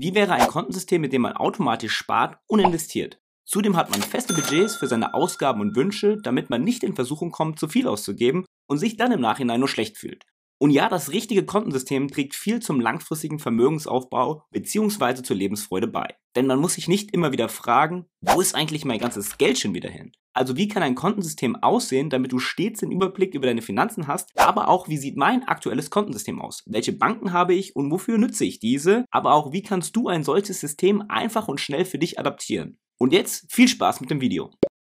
Wie wäre ein Kontensystem, mit dem man automatisch spart und investiert? Zudem hat man feste Budgets für seine Ausgaben und Wünsche, damit man nicht in Versuchung kommt, zu viel auszugeben und sich dann im Nachhinein nur schlecht fühlt. Und ja, das richtige Kontensystem trägt viel zum langfristigen Vermögensaufbau bzw. zur Lebensfreude bei. Denn man muss sich nicht immer wieder fragen, wo ist eigentlich mein ganzes Geld schon wieder hin? Also wie kann ein Kontensystem aussehen, damit du stets den Überblick über deine Finanzen hast, aber auch wie sieht mein aktuelles Kontensystem aus? Welche Banken habe ich und wofür nütze ich diese? Aber auch wie kannst du ein solches System einfach und schnell für dich adaptieren? Und jetzt viel Spaß mit dem Video.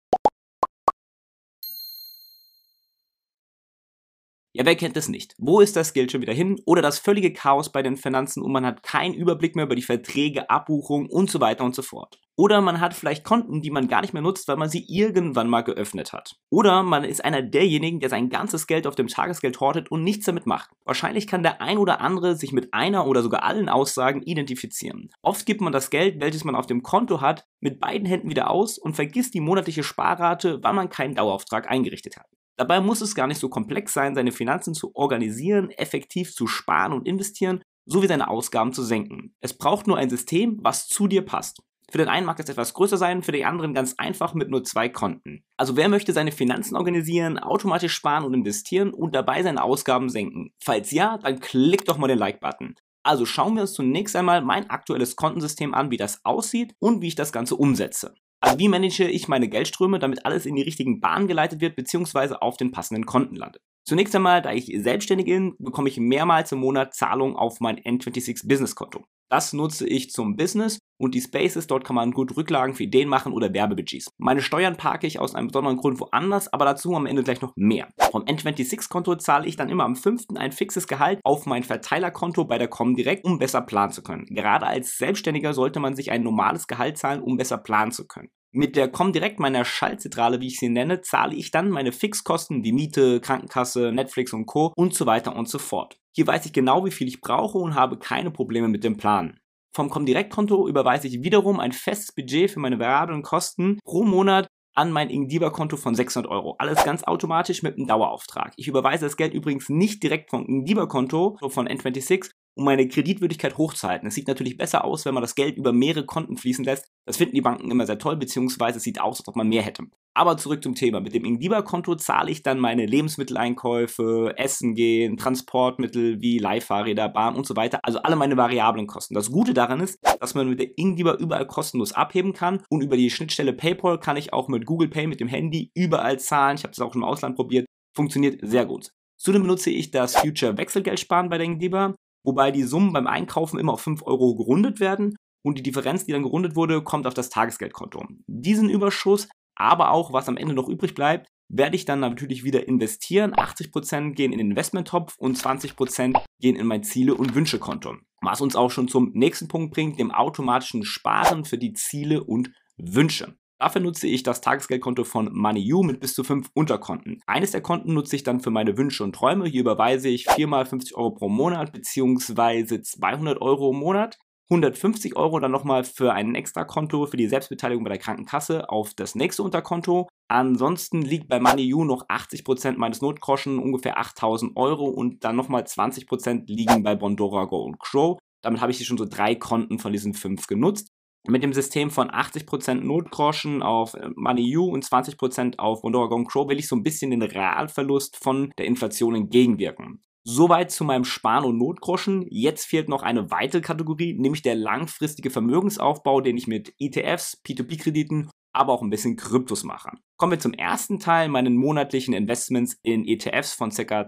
Ja, wer kennt es nicht? Wo ist das Geld schon wieder hin? Oder das völlige Chaos bei den Finanzen und man hat keinen Überblick mehr über die Verträge, Abbuchungen und so weiter und so fort. Oder man hat vielleicht Konten, die man gar nicht mehr nutzt, weil man sie irgendwann mal geöffnet hat. Oder man ist einer derjenigen, der sein ganzes Geld auf dem Tagesgeld hortet und nichts damit macht. Wahrscheinlich kann der ein oder andere sich mit einer oder sogar allen Aussagen identifizieren. Oft gibt man das Geld, welches man auf dem Konto hat, mit beiden Händen wieder aus und vergisst die monatliche Sparrate, weil man keinen Dauerauftrag eingerichtet hat. Dabei muss es gar nicht so komplex sein, seine Finanzen zu organisieren, effektiv zu sparen und investieren, sowie seine Ausgaben zu senken. Es braucht nur ein System, was zu dir passt. Für den einen mag es etwas größer sein, für den anderen ganz einfach mit nur 2 Konten. Also wer möchte seine Finanzen organisieren, automatisch sparen und investieren und dabei seine Ausgaben senken? Falls ja, dann klick doch mal den Like-Button. Also schauen wir uns zunächst einmal mein aktuelles Kontensystem an, wie das aussieht und wie ich das Ganze umsetze. Also wie manage ich meine Geldströme, damit alles in die richtigen Bahnen geleitet wird bzw. auf den passenden Konten landet. Zunächst einmal, da ich selbstständig bin, bekomme ich mehrmals im Monat Zahlungen auf mein N26 Business Konto. Das nutze ich zum Business und die Spaces, dort kann man gut Rücklagen für Ideen machen oder Werbebudgets. Meine Steuern parke ich aus einem besonderen Grund woanders, aber dazu am Ende gleich noch mehr. Vom N26 Konto zahle ich dann immer am 5. ein fixes Gehalt auf mein Verteilerkonto bei der Comdirect, um besser planen zu können. Gerade als Selbstständiger sollte man sich ein normales Gehalt zahlen, um besser planen zu können. Mit der Comdirect, meiner Schaltzentrale, wie ich sie nenne, zahle ich dann meine Fixkosten wie Miete, Krankenkasse, Netflix und Co. und so weiter und so fort. Hier weiß ich genau, wie viel ich brauche und habe keine Probleme mit dem Planen. Vom Comdirect-Konto überweise ich wiederum ein festes Budget für meine variablen Kosten pro Monat an mein Ingdiba-Konto von 600 Euro. Alles ganz automatisch mit einem Dauerauftrag. Ich überweise das Geld übrigens nicht direkt vom Ingdiba-Konto, von N26, um meine Kreditwürdigkeit hochzuhalten. Es sieht natürlich besser aus, wenn man das Geld über mehrere Konten fließen lässt. Das finden die Banken immer sehr toll, beziehungsweise es sieht aus, als ob man mehr hätte. Aber zurück zum Thema. Mit dem Ingdiba-Konto zahle ich dann meine Lebensmitteleinkäufe, Essen gehen, Transportmittel wie Leihfahrräder, Bahn und so weiter. Also alle meine variablen Kosten. Das Gute daran ist, dass man mit der Ingdiba überall kostenlos abheben kann und über die Schnittstelle PayPal kann ich auch mit Google Pay mit dem Handy überall zahlen. Ich habe das auch schon im Ausland probiert. Funktioniert sehr gut. Zudem benutze ich das Future Wechselgeldsparen bei der Ingdiba, wobei die Summen beim Einkaufen immer auf 5 Euro gerundet werden und die Differenz, die dann gerundet wurde, kommt auf das Tagesgeldkonto. Diesen Überschuss, aber auch was am Ende noch übrig bleibt, werde ich dann natürlich wieder investieren. 80% gehen in den Investmenttopf und 20% gehen in mein Ziele- und Wünschekonto. Was uns auch schon zum nächsten Punkt bringt, dem automatischen Sparen für die Ziele und Wünsche. Dafür nutze ich das Tagesgeldkonto von MoneyU mit bis zu 5 Unterkonten. Eines der Konten nutze ich dann für meine Wünsche und Träume. Hier überweise ich 4 mal 50 Euro pro Monat bzw. 200 Euro im Monat. 150 Euro dann nochmal für ein Extrakonto für die Selbstbeteiligung bei der Krankenkasse auf das nächste Unterkonto. Ansonsten liegt bei MoneyU noch 80% meines Notgroschen, ungefähr 8.000 Euro und dann nochmal 20% liegen bei Bondora Go und Crow. Damit habe ich hier schon so 3 Konten von diesen 5 genutzt. Mit dem System von 80% Notgroschen auf MoneyU und 20% auf Bondora Go und Crow will ich so ein bisschen den Realverlust von der Inflation entgegenwirken. Soweit zu meinem Sparen- und Notgroschen. Jetzt fehlt noch eine weitere Kategorie, nämlich der langfristige Vermögensaufbau, den ich mit ETFs, P2P-Krediten, aber auch ein bisschen Kryptos mache. Kommen wir zum ersten Teil, meinen monatlichen Investments in ETFs von ca.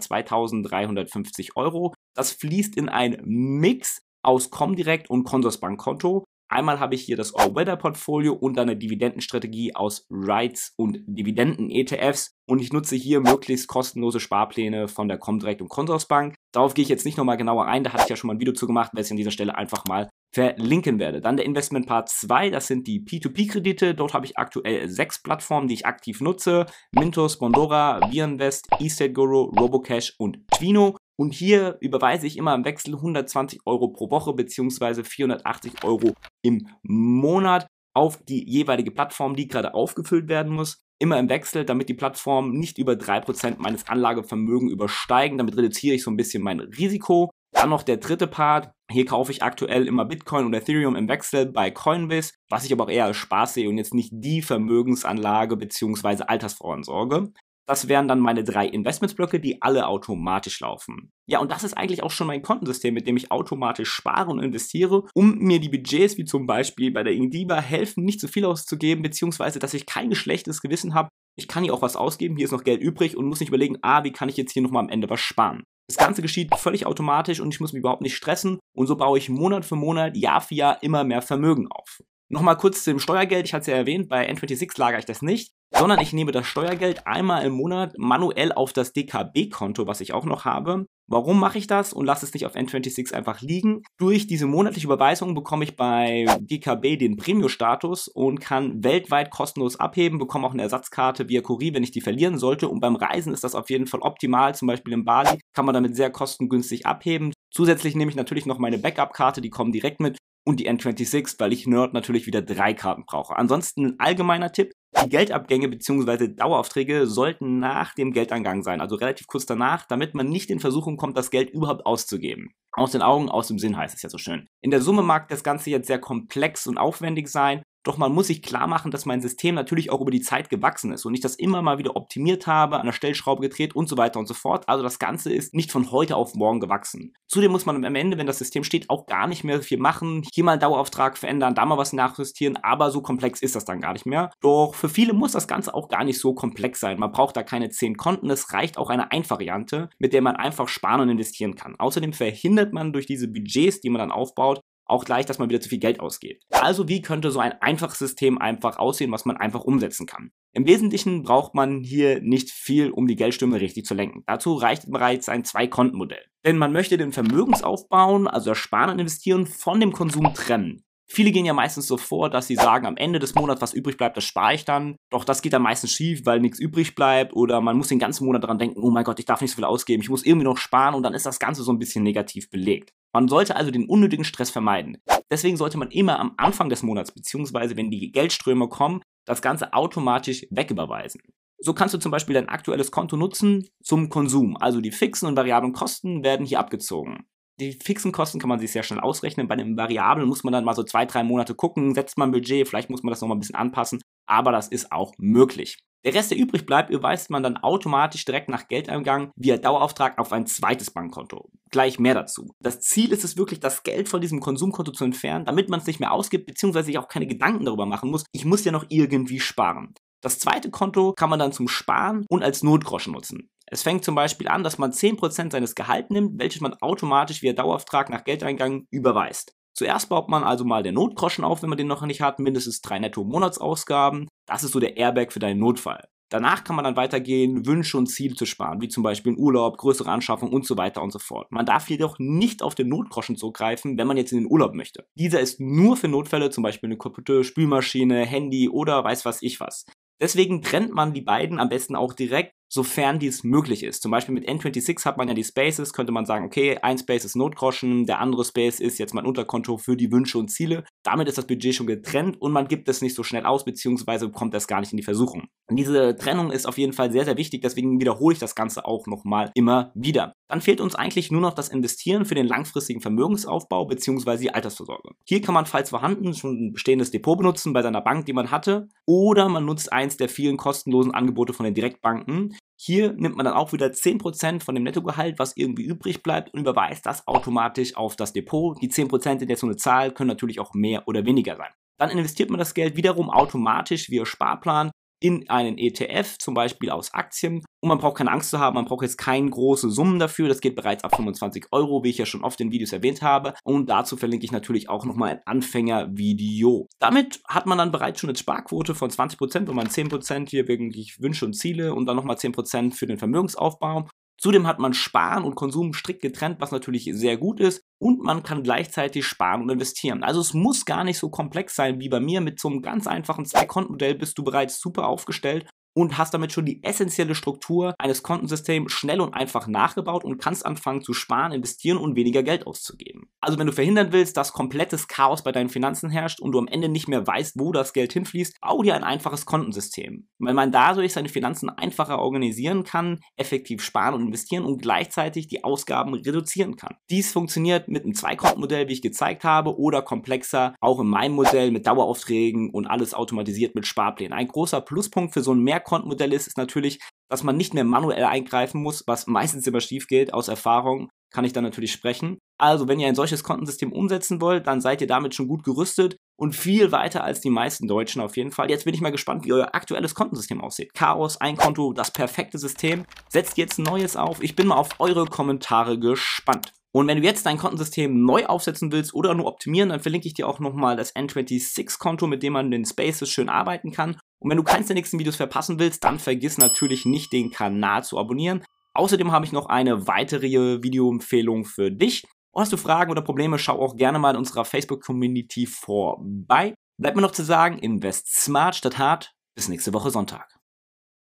2.350 Euro. Das fließt in ein Mix aus Comdirect und Consorsbankkonto. Einmal habe ich hier das All-Weather-Portfolio und dann eine Dividendenstrategie aus REITs und Dividenden-ETFs. Und ich nutze hier möglichst kostenlose Sparpläne von der Comdirect und Consorsbank. Darauf gehe ich jetzt nicht nochmal genauer ein, da hatte ich ja schon mal ein Video zu gemacht, was ich an dieser Stelle einfach mal verlinken werde. Dann der Investment Part 2, das sind die P2P-Kredite. Dort habe ich aktuell 6 Plattformen, die ich aktiv nutze. Mintos, Bondora, VIRINVEST, eStateGuru, Robocash und Twino. Und hier überweise ich immer im Wechsel 120 Euro pro Woche bzw. 480 Euro im Monat auf die jeweilige Plattform, die gerade aufgefüllt werden muss. Immer im Wechsel, damit die Plattformen nicht über 3% meines Anlagevermögens übersteigen. Damit reduziere ich so ein bisschen mein Risiko. Dann noch der dritte Part. Hier kaufe ich aktuell immer Bitcoin und Ethereum im Wechsel bei Coinbase, was ich aber auch eher als Spaß sehe und jetzt nicht die Vermögensanlage bzw. Altersvorsorge. Das wären dann meine 3 Investmentsblöcke, die alle automatisch laufen. Ja, und das ist eigentlich auch schon mein Kontensystem, mit dem ich automatisch spare und investiere, um mir die Budgets, wie zum Beispiel bei der Ingdiba, helfen, nicht zu viel auszugeben, beziehungsweise, dass ich kein schlechtes Gewissen habe. Ich kann hier auch was ausgeben, hier ist noch Geld übrig und muss nicht überlegen, wie kann ich jetzt hier nochmal am Ende was sparen. Das Ganze geschieht völlig automatisch und ich muss mich überhaupt nicht stressen und so baue ich Monat für Monat, Jahr für Jahr immer mehr Vermögen auf. Nochmal kurz zum Steuergeld, ich hatte es ja erwähnt, bei N26 lagere ich das nicht, sondern ich nehme das Steuergeld einmal im Monat manuell auf das DKB-Konto, was ich auch noch habe. Warum mache ich das und lasse es nicht auf N26 einfach liegen? Durch diese monatliche Überweisung bekomme ich bei DKB den Premium-Status und kann weltweit kostenlos abheben, bekomme auch eine Ersatzkarte via Kurier, wenn ich die verlieren sollte. Und beim Reisen ist das auf jeden Fall optimal, zum Beispiel in Bali kann man damit sehr kostengünstig abheben. Zusätzlich nehme ich natürlich noch meine Backup-Karte, die kommen direkt mit. Und die N26, weil ich Nerd natürlich wieder 3 Karten brauche. Ansonsten ein allgemeiner Tipp, die Geldabgänge bzw. Daueraufträge sollten nach dem Geldeingang sein, also relativ kurz danach, damit man nicht in Versuchung kommt, das Geld überhaupt auszugeben. Aus den Augen, aus dem Sinn heißt es ja so schön. In der Summe mag das Ganze jetzt sehr komplex und aufwendig sein, doch man muss sich klar machen, dass mein System natürlich auch über die Zeit gewachsen ist und ich das immer mal wieder optimiert habe, an der Stellschraube gedreht und so weiter und so fort. Also das Ganze ist nicht von heute auf morgen gewachsen. Zudem muss man am Ende, wenn das System steht, auch gar nicht mehr viel machen. Hier mal einen Dauerauftrag verändern, da mal was nachjustieren, aber so komplex ist das dann gar nicht mehr. Doch für viele muss das Ganze auch gar nicht so komplex sein. Man braucht da keine 10 Konten, es reicht auch eine Einfachvariante, mit der man einfach sparen und investieren kann. Außerdem verhindert man durch diese Budgets, die man dann aufbaut, auch gleich, dass man wieder zu viel Geld ausgibt. Also wie könnte so ein einfaches System einfach aussehen, was man einfach umsetzen kann? Im Wesentlichen braucht man hier nicht viel, um die Geldströme richtig zu lenken. Dazu reicht bereits ein 2-Konten-Modell. Denn man möchte den Vermögensaufbauen, also das Sparen und Investieren, von dem Konsum trennen. Viele gehen ja meistens so vor, dass sie sagen, am Ende des Monats, was übrig bleibt, das spare ich dann. Doch das geht dann meistens schief, weil nichts übrig bleibt oder man muss den ganzen Monat daran denken, oh mein Gott, ich darf nicht so viel ausgeben, ich muss irgendwie noch sparen und dann ist das Ganze so ein bisschen negativ belegt. Man sollte also den unnötigen Stress vermeiden. Deswegen sollte man immer am Anfang des Monats, beziehungsweise wenn die Geldströme kommen, das Ganze automatisch wegüberweisen. So kannst du zum Beispiel dein aktuelles Konto nutzen zum Konsum. Also die fixen und variablen Kosten werden hier abgezogen. Die fixen Kosten kann man sich sehr schnell ausrechnen. Bei den Variablen muss man dann mal so 2-3 Monate gucken, setzt man ein Budget, vielleicht muss man das nochmal ein bisschen anpassen, aber das ist auch möglich. Der Rest, der übrig bleibt, überweist man dann automatisch direkt nach Geldeingang via Dauerauftrag auf ein zweites Bankkonto. Gleich mehr dazu. Das Ziel ist es wirklich, das Geld von diesem Konsumkonto zu entfernen, damit man es nicht mehr ausgibt, beziehungsweise sich auch keine Gedanken darüber machen muss, ich muss ja noch irgendwie sparen. Das zweite Konto kann man dann zum Sparen und als Notgroschen nutzen. Es fängt zum Beispiel an, dass man 10% seines Gehalts nimmt, welches man automatisch via Dauerauftrag nach Geldeingang überweist. Zuerst baut man also mal den Notgroschen auf, wenn man den noch nicht hat, mindestens 3 Netto-Monatsausgaben. Das ist so der Airbag für deinen Notfall. Danach kann man dann weitergehen, Wünsche und Ziele zu sparen, wie zum Beispiel Urlaub, größere Anschaffung und so weiter und so fort. Man darf jedoch nicht auf den Notgroschen zurückgreifen, wenn man jetzt in den Urlaub möchte. Dieser ist nur für Notfälle, zum Beispiel eine kaputte Spülmaschine, Handy oder weiß was ich was. Deswegen trennt man die beiden am besten auch direkt, sofern dies möglich ist. Zum Beispiel mit N26 hat man ja die Spaces, könnte man sagen, okay, ein Space ist Notgroschen, der andere Space ist jetzt mein Unterkonto für die Wünsche und Ziele. Damit ist das Budget schon getrennt und man gibt es nicht so schnell aus, beziehungsweise kommt das gar nicht in die Versuchung. Und diese Trennung ist auf jeden Fall sehr, sehr wichtig, deswegen wiederhole ich das Ganze auch nochmal immer wieder. Dann fehlt uns eigentlich nur noch das Investieren für den langfristigen Vermögensaufbau bzw. die Altersvorsorge. Hier kann man, falls vorhanden, schon ein bestehendes Depot benutzen bei seiner Bank, die man hatte, oder man nutzt eins der vielen kostenlosen Angebote von den Direktbanken. Hier nimmt man dann auch wieder 10% von dem Nettogehalt, was irgendwie übrig bleibt und überweist das automatisch auf das Depot. Die 10% sind jetzt so eine Zahl, können natürlich auch mehr oder weniger sein. Dann investiert man das Geld wiederum automatisch via Sparplan in einen ETF, zum Beispiel aus Aktien. Und man braucht keine Angst zu haben, man braucht jetzt keine große Summen dafür. Das geht bereits ab 25 €, wie ich ja schon oft in Videos erwähnt habe. Und dazu verlinke ich natürlich auch nochmal ein Anfängervideo. Damit hat man dann bereits schon eine Sparquote von 20%, wenn man 10% hier wirklich Wünsche und Ziele und dann nochmal 10% für den Vermögensaufbau. Zudem hat man Sparen und Konsum strikt getrennt, was natürlich sehr gut ist. Und man kann gleichzeitig sparen und investieren. Also es muss gar nicht so komplex sein wie bei mir. Mit so einem ganz einfachen 2-Konten-Modell bist du bereits super aufgestellt und hast damit schon die essentielle Struktur eines Kontensystems schnell und einfach nachgebaut und kannst anfangen zu sparen, investieren und weniger Geld auszugeben. Also wenn du verhindern willst, dass komplettes Chaos bei deinen Finanzen herrscht und du am Ende nicht mehr weißt, wo das Geld hinfließt, bau dir ein einfaches Kontensystem. Weil man dadurch seine Finanzen einfacher organisieren kann, effektiv sparen und investieren und gleichzeitig die Ausgaben reduzieren kann. Dies funktioniert mit einem Zweikontenmodell, wie ich gezeigt habe, oder komplexer, auch in meinem Modell mit Daueraufträgen und alles automatisiert mit Sparplänen. Ein großer Pluspunkt für so ein Mehrkontenmodell ist natürlich, dass man nicht mehr manuell eingreifen muss, was meistens immer schief geht. Aus Erfahrung kann ich da natürlich sprechen. Also, wenn ihr ein solches Kontensystem umsetzen wollt, dann seid ihr damit schon gut gerüstet und viel weiter als die meisten Deutschen auf jeden Fall. Jetzt bin ich mal gespannt, wie euer aktuelles Kontensystem aussieht. Chaos, ein Konto, das perfekte System. Setzt jetzt ein neues auf. Ich bin mal auf eure Kommentare gespannt. Und wenn du jetzt dein Kontensystem neu aufsetzen willst oder nur optimieren, dann verlinke ich dir auch nochmal das N26-Konto, mit dem man in den Spaces schön arbeiten kann. Und wenn du keins der nächsten Videos verpassen willst, dann vergiss natürlich nicht, den Kanal zu abonnieren. Außerdem habe ich noch eine weitere Videoempfehlung für dich. Und hast du Fragen oder Probleme, schau auch gerne mal in unserer Facebook-Community vorbei. Bleibt mir noch zu sagen, invest smart statt hart. Bis nächste Woche Sonntag.